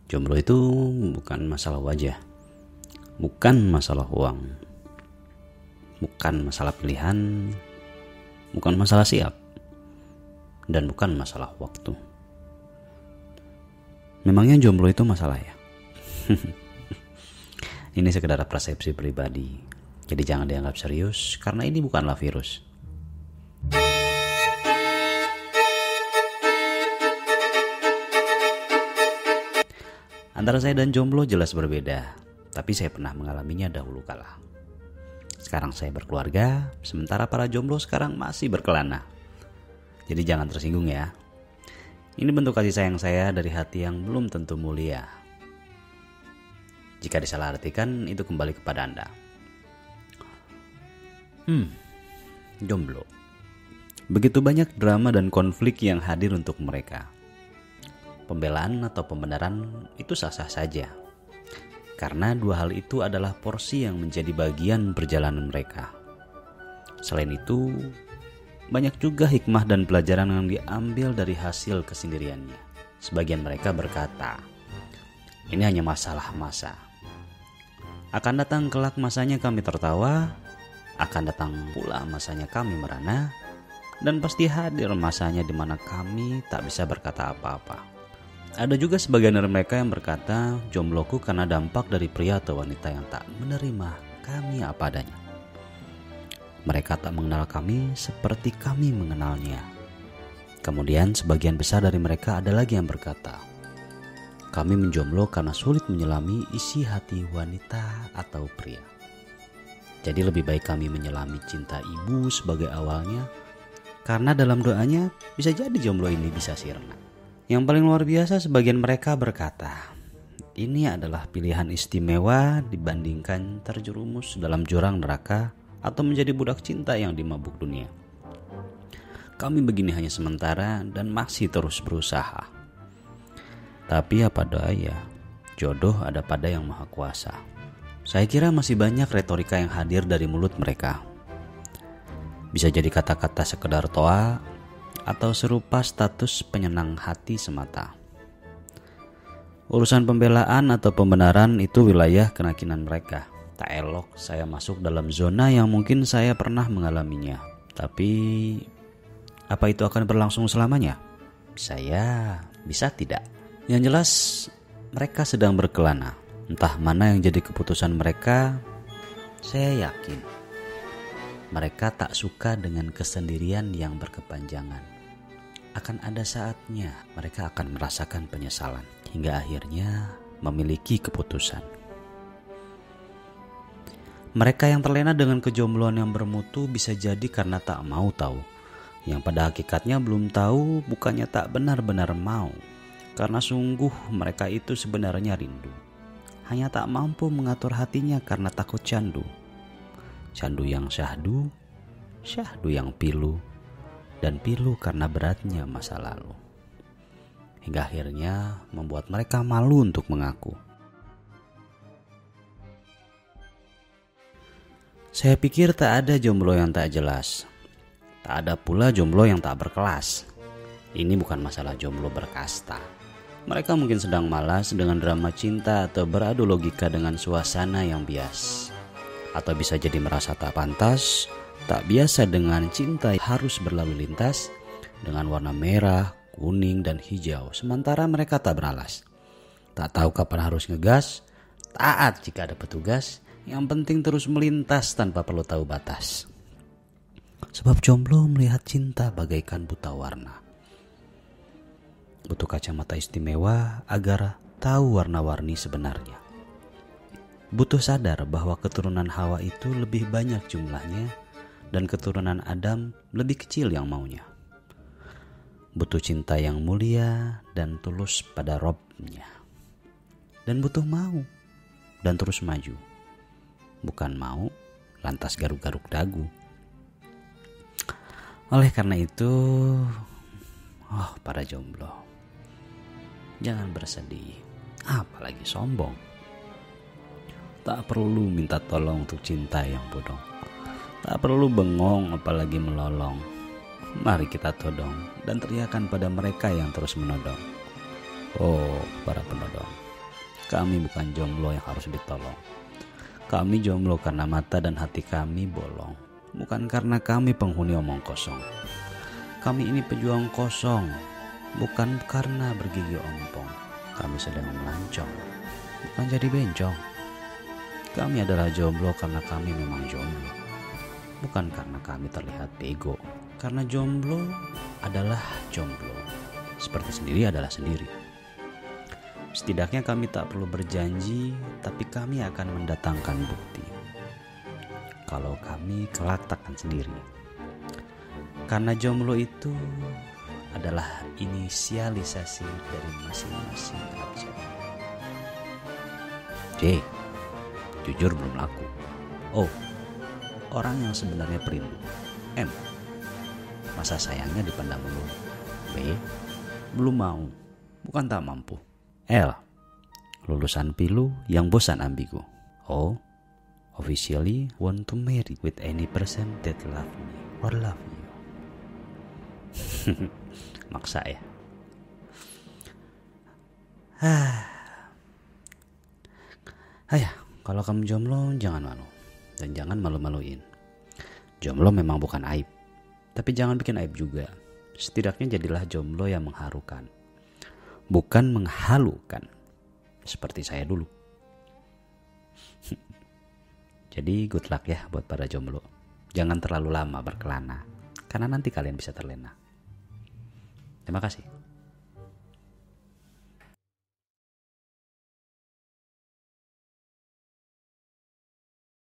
Jomblo itu bukan masalah wajah, bukan masalah uang, bukan masalah pilihan, bukan masalah siap, dan bukan masalah waktu. Memangnya jomblo itu masalah ya? Ini sekedar persepsi pribadi, jadi jangan dianggap serius karena ini bukanlah virus. Antara saya dan jomblo jelas berbeda, tapi saya pernah mengalaminya dahulu kala. Sekarang saya berkeluarga, sementara para jomblo sekarang masih berkelana. Jadi jangan tersinggung ya. Ini bentuk kasih sayang saya dari hati yang belum tentu mulia. Jika disalahartikan, itu kembali kepada Anda. Jomblo. Begitu banyak drama dan konflik yang hadir untuk mereka. Pembelaan atau pembenaran itu sah-sah saja. Karena dua hal itu adalah porsi yang menjadi bagian perjalanan mereka. Selain itu, banyak juga hikmah dan pelajaran yang diambil dari hasil kesendiriannya. Sebagian mereka berkata, ini hanya masalah masa. Akan datang kelak masanya kami tertawa, akan datang pula masanya kami merana, dan pasti hadir masanya di mana kami tak bisa berkata apa-apa. Ada juga sebagian dari mereka yang berkata, jombloku karena dampak dari pria atau wanita yang tak menerima kami apa adanya. Mereka tak mengenal kami seperti kami mengenalnya. Kemudian sebagian besar dari mereka ada lagi yang berkata, kami menjomblo karena sulit menyelami isi hati wanita atau pria. Jadi lebih baik kami menyelami cinta ibu sebagai awalnya, karena dalam doanya bisa jadi jomblo ini bisa sirna. Yang paling luar biasa, sebagian mereka berkata, ini adalah pilihan istimewa dibandingkan terjerumus dalam jurang neraka atau menjadi budak cinta yang dimabuk dunia. Kami begini hanya sementara dan masih terus berusaha. Tapi apa daya, jodoh ada pada yang maha kuasa. Saya kira masih banyak retorika yang hadir dari mulut mereka. Bisa jadi kata-kata sekedar toa, atau serupa status penyenang hati semata. Urusan pembelaan atau pembenaran itu wilayah keyakinan mereka. Tak elok saya masuk dalam zona yang mungkin saya pernah mengalaminya. Tapi apa itu akan berlangsung selamanya? Bisa tidak. Yang jelas mereka sedang berkelana. Entah mana yang jadi keputusan mereka, saya yakin mereka tak suka dengan kesendirian yang berkepanjangan. Akan ada saatnya mereka akan merasakan penyesalan hingga akhirnya memiliki keputusan. Mereka yang terlena dengan kejombloan yang bermutu bisa jadi karena tak mau tahu. Yang pada hakikatnya belum tahu bukannya tak benar-benar mau. Karena sungguh mereka itu sebenarnya rindu. Hanya tak mampu mengatur hatinya karena takut candu. Candu yang syahdu, syahdu yang pilu, dan pilu karena beratnya masa lalu. Hingga akhirnya membuat mereka malu untuk mengaku. Saya pikir tak ada jomblo yang tak jelas. Tak ada pula jomblo yang tak berkelas. Ini bukan masalah jomblo berkasta. Mereka mungkin sedang malas dengan drama cinta atau beradu logika dengan suasana yang bias. Atau bisa jadi merasa tak pantas, tak biasa dengan cinta harus berlalu lintas dengan warna merah, kuning, dan hijau. Sementara mereka tak beralas. Tak tahu kapan harus ngegas, taat jika ada petugas, yang penting terus melintas tanpa perlu tahu batas. Sebab jomblo melihat cinta bagaikan buta warna. Butuh kacamata istimewa agar tahu warna-warni sebenarnya. Butuh sadar bahwa keturunan Hawa itu lebih banyak jumlahnya dan keturunan Adam lebih kecil yang maunya. Butuh cinta yang mulia dan tulus pada Robnya. Dan butuh mau dan terus maju. Bukan mau lantas garuk-garuk dagu. Oleh karena itu, para jomblo, jangan bersedih, apalagi sombong. Tak perlu minta tolong untuk cinta yang bodong. Tak perlu bengong apalagi melolong. Mari kita todong dan teriakan pada mereka yang terus menodong. Oh, para penodong, Kami bukan jomblo yang harus ditolong. Kami jomblo karena mata dan hati kami bolong. Bukan karena kami penghuni omong kosong. Kami ini pejuang kosong. Bukan karena bergigi ompong. Kami sedang melancong, bukan jadi bencong. Kami adalah jomblo karena kami memang jomblo. Bukan karena kami terlihat bego. Karena jomblo adalah jomblo. Seperti sendiri adalah sendiri. Setidaknya kami tak perlu berjanji, tapi kami akan mendatangkan bukti. Kalau kami kelak takkan sendiri. Karena jomblo itu adalah inisialisasi dari masing-masing abjad. J. Jujur belum laku. O. Orang yang sebenarnya perindu. M. Masa sayangnya dipendam dulu. B. Belum mau, bukan tak mampu. L. Lulusan pilu yang bosan ambigu. O. Officially want to marry with any person that love me or love you. Maksa ya. Ayah, kalau kamu jomblo jangan malu. Dan jangan malu-maluin. Jomblo memang bukan aib, tapi jangan bikin aib juga. Setidaknya jadilah jomblo yang mengharukan, bukan menghalukan, seperti saya dulu. Jadi good luck ya buat para jomblo. Jangan terlalu lama berkelana, karena nanti kalian bisa terlena. Terima kasih.